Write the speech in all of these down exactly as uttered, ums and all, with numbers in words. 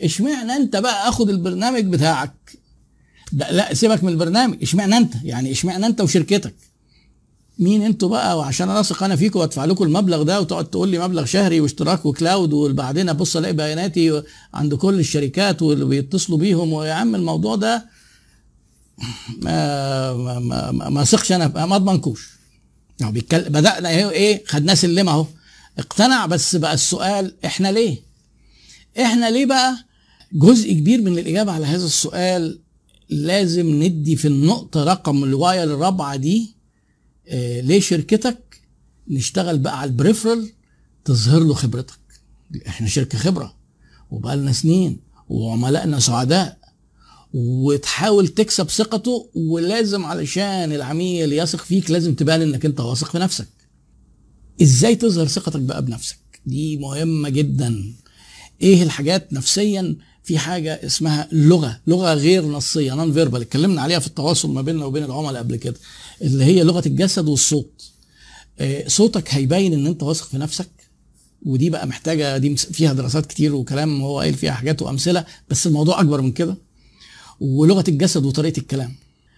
اشمعنى انت بقى اخد البرنامج بتاعك ده؟ لا سيبك من البرنامج، اشمعنى انت؟ يعني اشمعنى انت وشركتك؟ مين انتوا بقى وعشان انا اثق انا فيكم وادفع لكم المبلغ ده وتقعد تقول لي مبلغ شهري واشتراك وكلاود، وبعدين ابص الاقي بياناتي عند كل الشركات واللي بيتصلوا بيهم؟ ويا عم الموضوع ده ما ما ما ما اثقش انا، ما اضمنكوش. يعني بيتكلم بدانا ايه ايه خدناه سلم اهو، اقتنع. بس بقى السؤال احنا ليه؟ احنا ليه بقى؟ جزء كبير من الاجابه على هذا السؤال لازم ندي في النقطه رقم الوايه الرابعه دي. إيه ليه شركتك نشتغل بقى على البريفرال تظهر له خبرتك. احنا شركه خبره وبقى لنا سنين وعملائنا سعداء، وتحاول تكسب ثقته. ولازم علشان العميل يثق فيك لازم تبان انك انت واثق في نفسك. ازاي تظهر ثقتك بقى بنفسك؟ دي مهمه جدا. ايه الحاجات نفسيا؟ في حاجه اسمها لغه لغه غير نصيه، نون فيربال، اتكلمنا عليها في التواصل ما بيننا وبين العملاء قبل كده، اللي هي لغه الجسد والصوت. آه صوتك هيبين ان انت واثق في نفسك، ودي بقى محتاجه، دي فيها دراسات كتير وكلام هو قايل فيها حاجات وامثله، بس الموضوع اكبر من كده. ولغه الجسد وطريقه الكلام.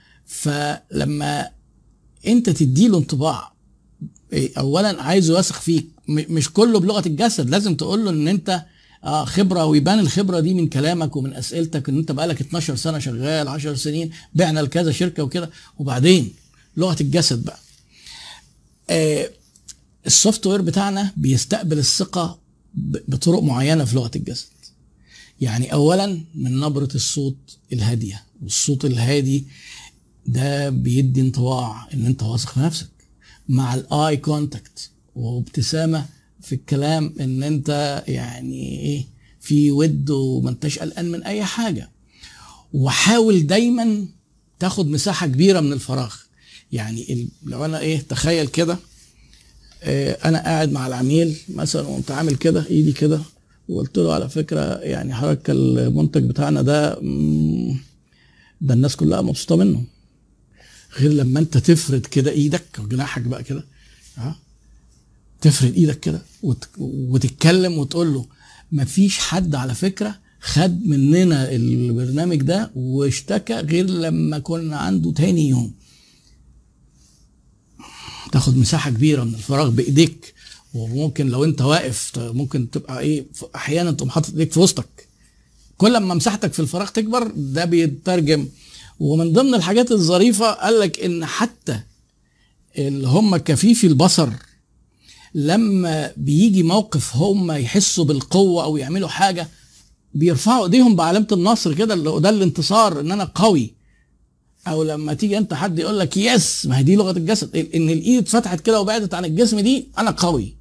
فلما انت تديله انطباع اولا عايزه يثق فيك، مش كله بلغه الجسد، لازم تقول له ان انت اه خبره، ويبان الخبره دي من كلامك ومن اسئلتك، ان انت بقالك اتناشر سنه شغال، عشر سنين، بعنا لكذا شركه وكده. وبعدين لغه الجسد بقى. آه السوفت وير بتاعنا بيستقبل الثقه بطرق معينه في لغه الجسد. يعني اولا من نبره الصوت الهاديه، والصوت الهادي ده بيدي انطباع ان انت واثق في نفسك، مع الاي كونتاكت وابتسامه في الكلام، ان انت يعني ايه في ود وما انتش قلقان من اي حاجه. وحاول دايما تاخد مساحه كبيره من الفراغ. يعني لو انا ايه تخيل كده، اه انا قاعد مع العميل مثلا وانت عامل كده ايدي كده، وقلت له على فكره يعني حضرتك المنتج بتاعنا ده ده الناس كلها مبسوطه منه، غير لما انت تفرد كده ايدك وجناحك بقى كده، ها تفرد ايدك كده وتتكلم وتقول له مفيش حد على فكره خد مننا البرنامج ده واشتكى غير لما كنا عنده تاني يوم. تاخد مساحه كبيره من الفراغ بايديك. وممكن لو انت واقف ممكن تبقى ايه احيانا تقوم حاطط ايديك في وسطك. كل ما مساحتك في الفراغ تكبر ده بيترجم. ومن ضمن الحاجات الظريفه قال لك ان حتى اللي هم كفيفي البصر لما بيجي موقف هم يحسوا بالقوه او يعملوا حاجه بيرفعوا ايديهم بعلامه النصر كده، اللي ده الانتصار، ان انا قوي. او لما تيجي انت حد يقول لك يس، ما هي دي لغه الجسد، ان الايد اتفتحت كده وبعدت عن الجسم، دي انا قوي.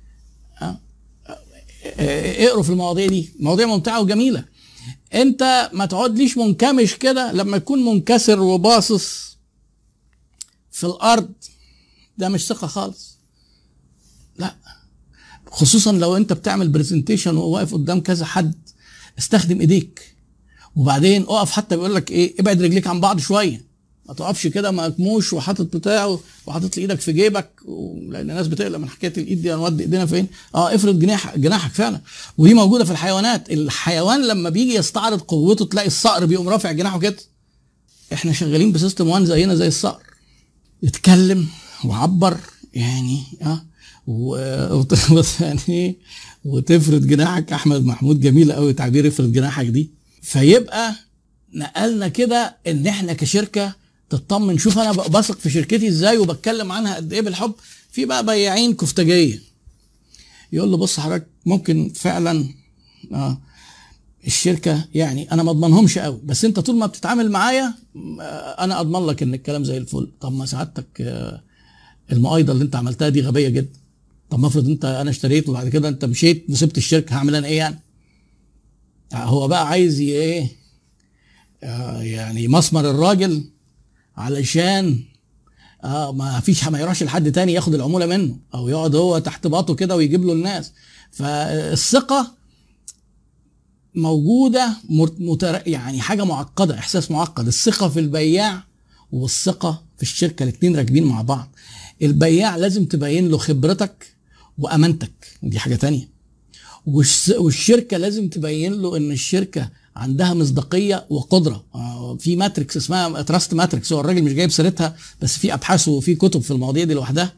اقروا في المواضيع دي، مواضيع ممتعه وجميله. انت ما تقعدليش منكمش كده، لما يكون منكسر وباصص في الارض ده مش ثقه خالص. لا، خصوصا لو انت بتعمل برزنتيشن وواقف قدام كذا حد، استخدم ايديك. وبعدين اقف، حتى بيقول لك ايه ابعد رجليك عن بعض شويه، ما تقفش كده مكموش وحاطط بتاعه وحاطط ايدك في جيبك، لان الناس بتقلق من حكايه الايد دي، هنودي ايدينا فين؟ اه افرد جناح جناحك فعلا. ودي موجوده في الحيوانات. الحيوان لما بيجي يستعرض قوته تلاقي الصقر بيقوم رافع جناحه كده. احنا شغالين بسيستم وان زينا زي الصقر، اتكلم وعبر يعني اه و... يعني وتفرد جناحك. احمد محمود جميله قوي تعبير افرد جناحك دي. فيبقى نقلنا كده ان احنا كشركه تطمن، شوف انا بثق في شركتي ازاي وبتكلم عنها قد ايه بالحب. في بقى بياعين كفتاجيه يقول له بص حضرتك ممكن فعلا اه الشركه يعني انا ما اضمنهمش قوي، بس انت طول ما بتتعامل معايا انا اضمن لك ان الكلام زي الفل. طب ما سعادتك آه المقايضه اللي انت عملتها دي غبيه جدا. طب ما افرض انت انا اشتريت وبعد كده انت مشيت وسبت الشركه، هعمل انا ايه يعني؟ هو بقى عايز ايه آه يعني مسمر الراجل علشان اه ما فيش ما يروحش لحد تاني ياخد العموله منه، او يقعد هو تحت باطه كده ويجيب له الناس. فالثقه موجوده متر... يعني حاجه معقده، احساس معقد. الثقه في البياع والثقه في الشركه الاثنين راكبين مع بعض. البياع لازم تبين له خبرتك وامانتك، ودي حاجه تانية. والشركه لازم تبين له ان الشركه عندها مصداقيه وقدره. في ماتريكس اسمها تراست ماتريكس، هو الراجل مش جايب سيرتها بس في ابحاث وفي كتب في المواضيع دي لوحدها.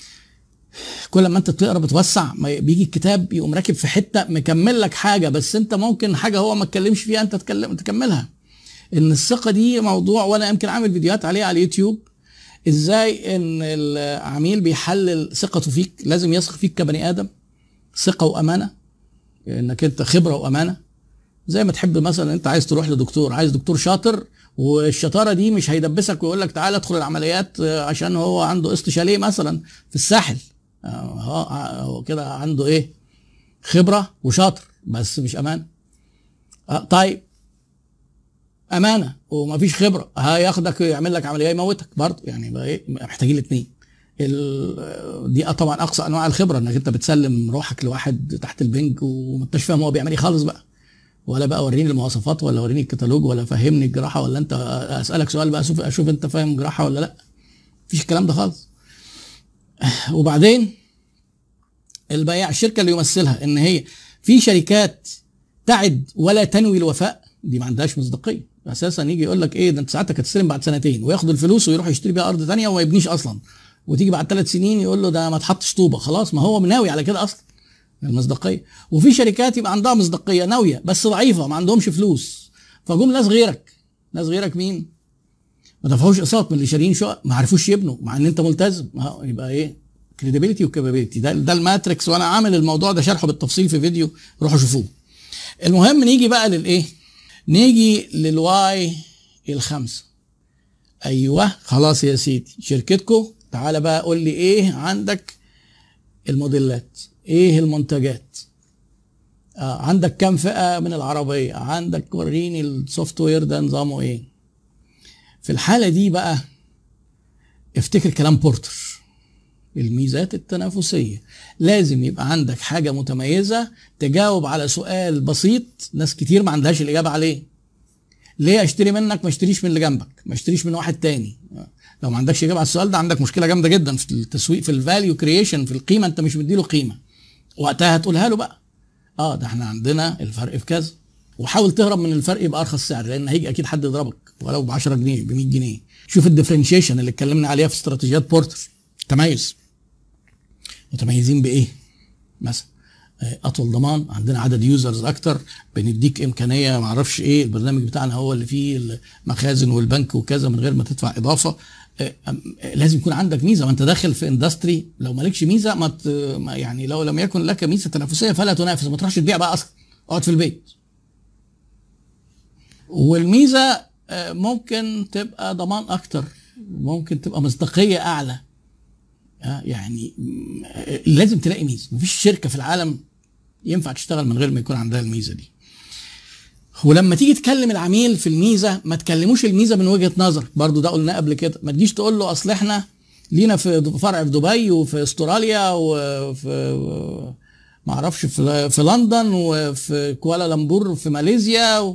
كل ما انت بتقرا بتوسع، ما بيجي الكتاب يقوم راكب في حته مكمل لك حاجه، بس انت ممكن حاجه هو ما اتكلمش فيها انت تتكلم تكملها. ان الثقه دي موضوع، وانا يمكن عامل فيديوهات عليه على اليوتيوب، ازاي ان العميل بيحلل ثقته فيك. لازم يثق فيك كبني ادم، ثقه وامانه، انك انت خبره وامانه. زي ما تحب مثلا انت عايز تروح لدكتور، عايز دكتور شاطر، والشطاره دي مش هيدبسك ويقول لك تعالى ادخل العمليات عشان هو عنده قسط شاليه مثلا في الساحل. هو كده عنده ايه؟ خبره وشاطر بس مش امان. طيب امانه ومفيش خبره، هياخدك يعمل لك عمليه يموتك برضه. يعني بقى ايه؟ محتاجين الاثنين. دي طبعا اقصى انواع الخبره، انك انت بتسلم روحك لواحد تحت البنج وما انتش فاهم هو بيعمل ايه خالص بقى، ولا بقى وريني المواصفات ولا وريني الكتالوج ولا فهمني الجراحه، ولا انت اسالك سؤال بقى اشوف اشوف انت فاهم جراحه ولا لا. مفيش الكلام ده خالص. وبعدين البياع، الشركه اللي يمثلها، ان هي في شركات تعد ولا تنوي الوفاء، دي ما عندهاش مصداقيه اساسا. يجي يقول لك ايه ده انت ساعتك هتستلم بعد سنتين، وياخد الفلوس ويروح يشتري بيها ارض ثانيه وما يبنيش اصلا، وتيجي بعد ثلاث سنين يقول له ده ما اتحطش طوبه. خلاص، ما هو ناوي على كده اصلا، المصداقيه. وفي شركات يبقى عندها مصداقيه ناويه بس ضعيفه، ما عندهمش فلوس، فجم ناس غيرك. ناس غيرك مين؟ ما دفعوش اقساط من اللي شاريين شقق، ما عرفوش يبنوا مع ان انت ملتزم. يبقى ايه؟ كريديبيليتي وكابابيلتي. ده ده الماتريكس، وانا عامل الموضوع ده شرحه بالتفصيل في فيديو، روحوا شوفوه. المهم نيجي بقى للايه؟ نيجي للواي الخمسه. ايوه خلاص يا سيدي، شركتكم تعالى بقى قول لي ايه عندك الموديلات، ايه المنتجات، آه عندك كام فئه من العربيه، عندك وريني السوفت وير ده نظامه ايه. في الحاله دي بقى افتكر كلام بورتر، الميزات التنافسيه. لازم يبقى عندك حاجه متميزه تجاوب على سؤال بسيط ناس كتير ما عندهاش الاجابه عليه. ليه اشتري منك ما اشتريش من اللي جنبك، ما اشتريش من واحد تاني؟ لو ما عندكش اجابه على السؤال ده عندك مشكله جامده جدا في التسويق، في الفاليو كرييشن، في القيمه. انت مش مديله قيمه، وقتها هتقولها له بقى اه ده احنا عندنا الفرق في كذا، وحاول تهرب من الفرق بارخص سعر، لان هيجي اكيد حد يضربك ولو ب عشرة جنيه ب مية جنيه. شوف الديفرنشيشن اللي اتكلمنا عليها في استراتيجيات بورتر، تميز. متميزين بايه؟ مثلا اطول ضمان، عندنا عدد يوزرز اكتر، بنديك امكانيه ما اعرفش ايه، البرنامج بتاعنا هو اللي فيه المخازن والبنك وكذا من غير ما تدفع اضافه. لازم يكون عندك ميزه، ما انت داخل في اندستري، لو مالكش ميزه ما يعني لو لم يكن لك ميزه تنافسيه فلا تنافس، ما تروحش تبيع بقى اصلا، اقعد في البيت. والميزه ممكن تبقى ضمان اكتر، ممكن تبقى مصداقيه اعلى. يعني لازم تلاقي ميزه، مفيش شركه في العالم ينفع تشتغل من غير ما يكون عندها الميزه دي. ولما تيجي تكلم العميل في الميزه ما تكلموش الميزه من وجهه نظرك، برضو ده قلناه قبل كده. ما تجيش تقول له اصل احنا لينا في فرع في دبي وفي استراليا وفي ما اعرفش في, في لندن وفي كوالالمبور في ماليزيا و...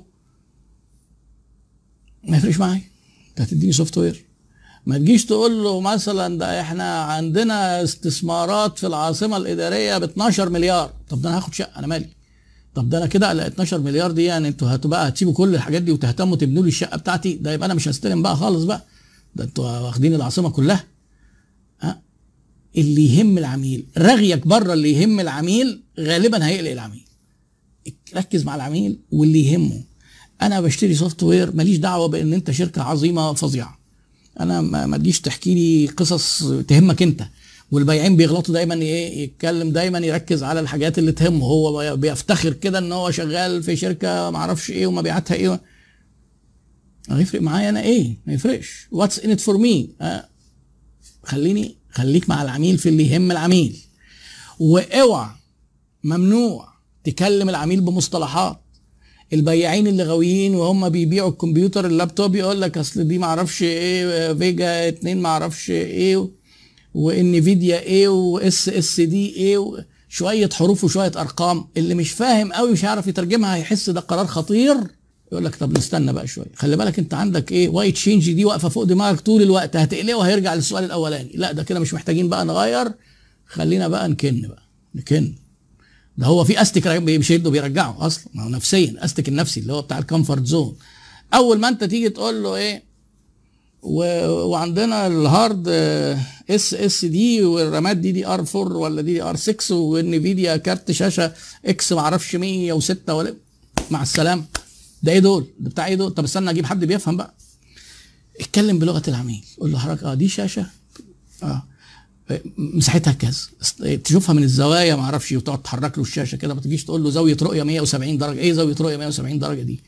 ما يفرقش معايا، انت هتديني سوفت وير. ما تجيش تقول له مثلا ده احنا عندنا استثمارات في العاصمه الاداريه ب اتناشر مليار، طب ده انا هاخد شقه، انا مالي؟ طب ده انا كده على اتناشر مليار دي يعني انتوا هتبقى هتسيبوا كل الحاجات دي وتهتموا تبنوا لي الشقه بتاعتي؟ ده يبقى انا مش هستلم بقى خالص بقى، ده انتوا واخدين العاصمه كلها. ها، اللي يهم العميل، رغيك بره اللي يهم العميل غالبا هيقلق العميل. ركز مع العميل واللي يهمه. انا بشتري سوفت وير، ماليش دعوه بان انت شركه عظيمه فظيعه، انا ما تجيش تحكي لي قصص تهمك انت. والبياعين بيغلطوا دايما، ايه، يتكلم دايما يركز على الحاجات اللي تهمه، هو بيفتخر كده ان هو شغال في شركه ما اعرفش ايه ومبيعاتها ايه. هيفرق معايا انا ايه؟ ما يفرقش. واتس ان ات فور مي. خليني خليك مع العميل في اللي يهم العميل. واوعى، ممنوع تكلم العميل بمصطلحات. البياعين اللي غاويين وهم بيبيعوا الكمبيوتر اللابتوب يقول لك اصل دي ما اعرفش ايه فيجا اتنين ما اعرفش ايه وانفيديا ايه واس اس دي ايه، شويه حروف وشويه ارقام. اللي مش فاهم قوي مش هيعرف يترجمها، هيحس ده قرار خطير، يقول لك طب نستنى بقى شويه، خلي بالك انت عندك ايه وايت تشينج دي واقفه فوق دماغك طول الوقت، هتقلقه وهيرجع للسؤال الاولاني. لا ده كده مش محتاجين بقى نغير، خلينا بقى نكن بقى نكن ده هو في استك بيشده بيرجعه اصلا، ما هو نفسيا الاستك النفسي اللي هو بتاع الكومفورت زون. اول ما انت تيجي تقول له ايه و... وعندنا الهارد اس اس دي والرامات دي دي ار أربعة ولا دي دي ار ستة والنفيديا كارت شاشه اكس ما اعرفش مية وستة ولا مع السلامه. ده ايه دول؟ ده بتاع ايه دول؟ طب استنى اجيب حد بيفهم بقى. اتكلم بلغه العميل، قول له حضرتك اه دي شاشه اه مساحتها كذا، تشوفها من الزوايا ما اعرفش وتقعد تحرك له الشاشه كده، ما تجيش تقول له زاويه رؤيه مية وسبعين درجه. ايه زاويه رؤيه مية وسبعين درجه دي؟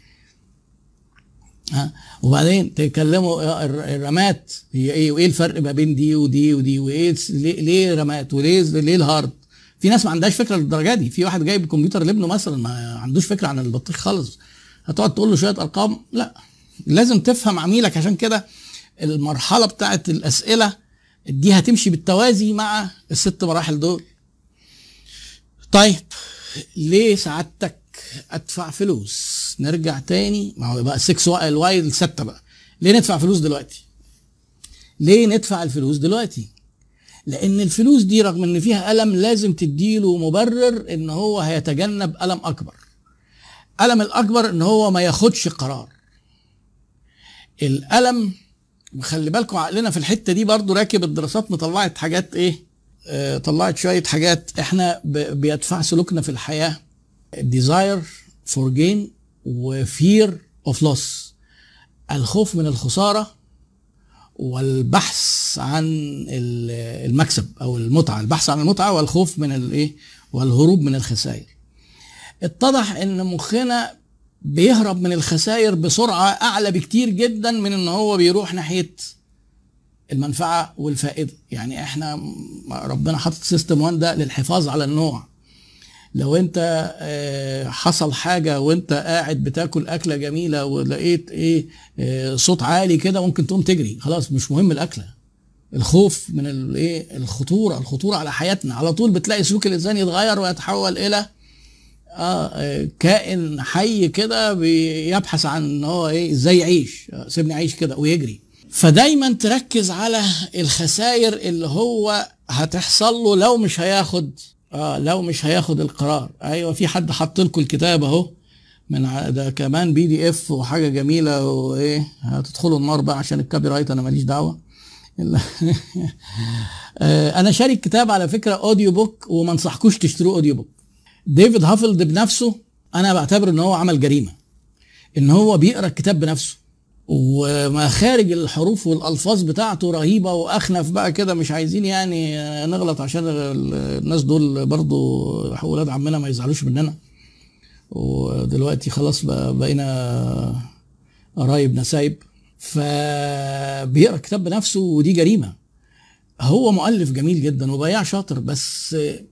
ها وبعدين تكلموا الرامات هي ايه وايه الفرق ما بين دي ودي ودي وايه ليه رامات وليه ليه الهارد. في ناس ما عندهاش فكره للدرجه دي. في واحد جايب كمبيوتر لابنه مثلا ما عندوش فكره عن البطيخ خالص، هتقعد تقول له شويه ارقام؟ لا، لازم تفهم عميلك. عشان كده المرحله بتاعت الاسئله دي هتمشي بالتوازي مع الست مراحل دول. طيب ليه سعادتك ادفع فلوس؟ نرجع تاني، ما هو بقى ستة الواي الستة بقى. ليه ندفع فلوس دلوقتي؟ ليه ندفع الفلوس دلوقتي؟ لان الفلوس دي رغم ان فيها الم لازم تديله مبرر ان هو هيتجنب الم اكبر. الم الاكبر ان هو ما ياخدش قرار. الالم وخلي بالكم عقلنا في الحته دي برضو راكب. الدراسات مطلعت حاجات ايه؟ آه طلعت شويه حاجات احنا بيدفع سلوكنا في الحياه. desire for gain وفير اوف لوس، الخوف من الخساره والبحث عن المكسب او المتعه، البحث عن المتعه والخوف من الايه والهروب من الخسائر. اتضح ان مخنا بيهرب من الخسائر بسرعه اعلى بكتير جدا من ان هو بيروح ناحيه المنفعه والفائده. يعني احنا ربنا حاطط سيستم واحد ده للحفاظ على النوع. لو انت حصل حاجه وانت قاعد بتاكل اكله جميله ولقيت ايه صوت عالي كده ممكن تقوم تجري، خلاص مش مهم الاكله. الخوف من الايه الخطوره الخطوره على حياتنا على طول بتلاقي سلوك الانسان يتغير ويتحول الى اه كائن حي كده بيبحث عن ان هو ايه ازاي يعيش، سيبني اعيش كده ويجري. فدايما تركز على الخسائر اللي هو هتحصل له لو مش هياخد اه لو مش هياخد القرار. ايوه في حد حط لكم الكتاب اهو من ده كمان بي دي اف وحاجه جميله وايه هتدخلوا النار بقى عشان الكوبي رايت، انا ماليش دعوه. انا شاري الكتاب على فكره اوديو بوك وما انصحكوش تشتروه اوديو بوك. ديفيد هافلد بنفسه انا بعتبر ان هو عمل جريمه ان هو بيقرا الكتاب بنفسه، ومخارج الحروف والالفاظ بتاعته رهيبه واخنف بقى كده. مش عايزين يعني نغلط عشان الناس دول برضو اولاد عمنا ما يزعلوش مننا، ودلوقتي خلاص بقينا قرايب نسايب. فبيقرا الكتاب بنفسه ودي جريمه. هو مؤلف جميل جدا وبياع شاطر، بس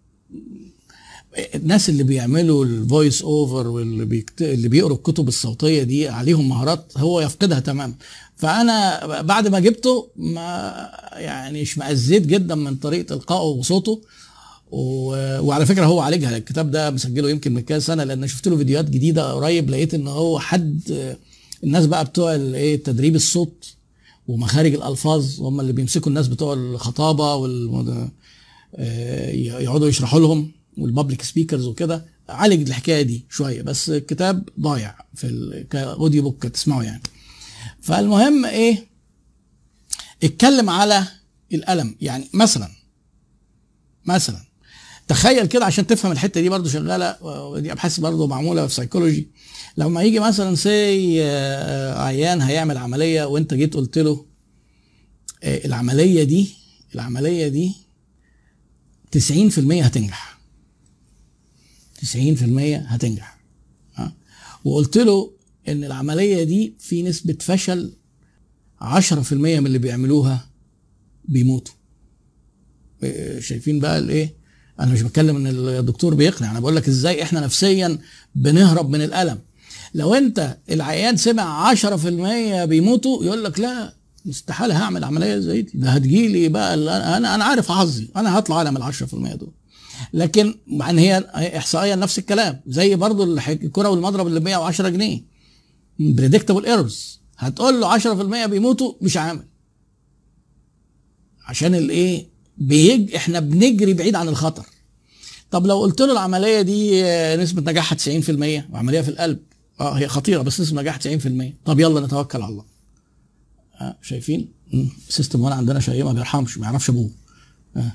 الناس اللي بيعملوا الفويس اوفر واللي بيكت... اللي بيقروا الكتب الصوتيه دي عليهم مهارات هو يفقدها تماما. فانا بعد ما جبته ما يعني اشمئزيت جدا من طريقه القائه وصوته و... وعلى فكره هو عالجها. الكتاب ده مسجله يمكن من كذا سنه، لان شفت له فيديوهات جديده قريب لقيت ان هو حد الناس بقى بتوع الايه تدريب الصوت ومخارج الالفاظ هم اللي بيمسكوا الناس بتوع الخطابه وال يقعدوا يشرحوا لهم والبابليك سبيكرز وكده. عالج الحكايه دي شويه، بس الكتاب ضايع في كاوديو بوك تسمعه يعني. فالمهم ايه اتكلم على الالم. يعني مثلا مثلا تخيل كده عشان تفهم الحته دي برضو شغاله، ودي ابحاث برضو معموله في سايكولوجي. لما يجي مثلا سي عيان هيعمل عمليه وانت جيت قلت له العمليه دي العمليه دي تسعين في المية هتنجح، تسعين في المية هتنجح، ها، وقلت له ان العمليه دي في نسبه فشل عشرة في المية من اللي بيعملوها بيموتوا. شايفين بقى الايه؟ انا مش بتكلم ان الدكتور بيقنع، انا بقول لك ازاي احنا نفسيا بنهرب من الالم. لو انت العيان سمع عشرة في المية بيموتوا يقول لك لا استحاله هعمل عمليه زي دي، ده هتجيلي بقى انا انا عارف حظي، انا هطلع انا من عشرة في المية دول. لكن يعني هي احصائيا نفس الكلام، زي برضو الكره والمضرب اللي ب مية وعشرة جنيه بريدكتبل ايرورز. هتقول له عشرة في المية بيموتوا مش عامل، عشان الايه بيج احنا بنجري بعيد عن الخطر. طب لو قلت له العمليه دي نسبه نجاحها تسعين في المية وعمليه في القلب، اه هي خطيره بس نسبه نجاحها تسعين في المية، طب يلا نتوكل على الله. آه شايفين سيستم وانا عندنا شقيه ما بيرحمش، ما يعرفش ابوه. آه.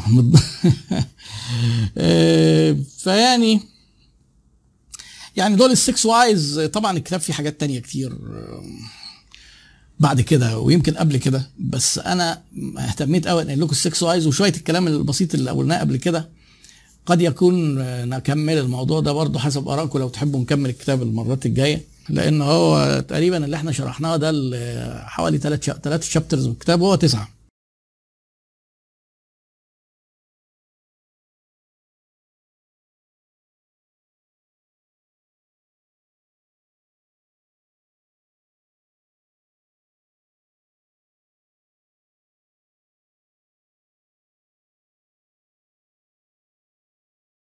آه فيعني يعني دول السكس وايز. طبعا الكتاب فيه حاجات تانية كتير بعد كده ويمكن قبل كده، بس انا اهتميت قوي ان اقول لكم السكس وايز وشويه الكلام البسيط اللي قلناه قبل كده. قد يكون نكمل الموضوع ده برضه حسب ارائكم لو تحبوا نكمل الكتاب المرات الجايه، لان هو تقريبا اللي احنا شرحناه ده حوالي ثلاث ثلاث شابترز من الكتاب وهو تسعه.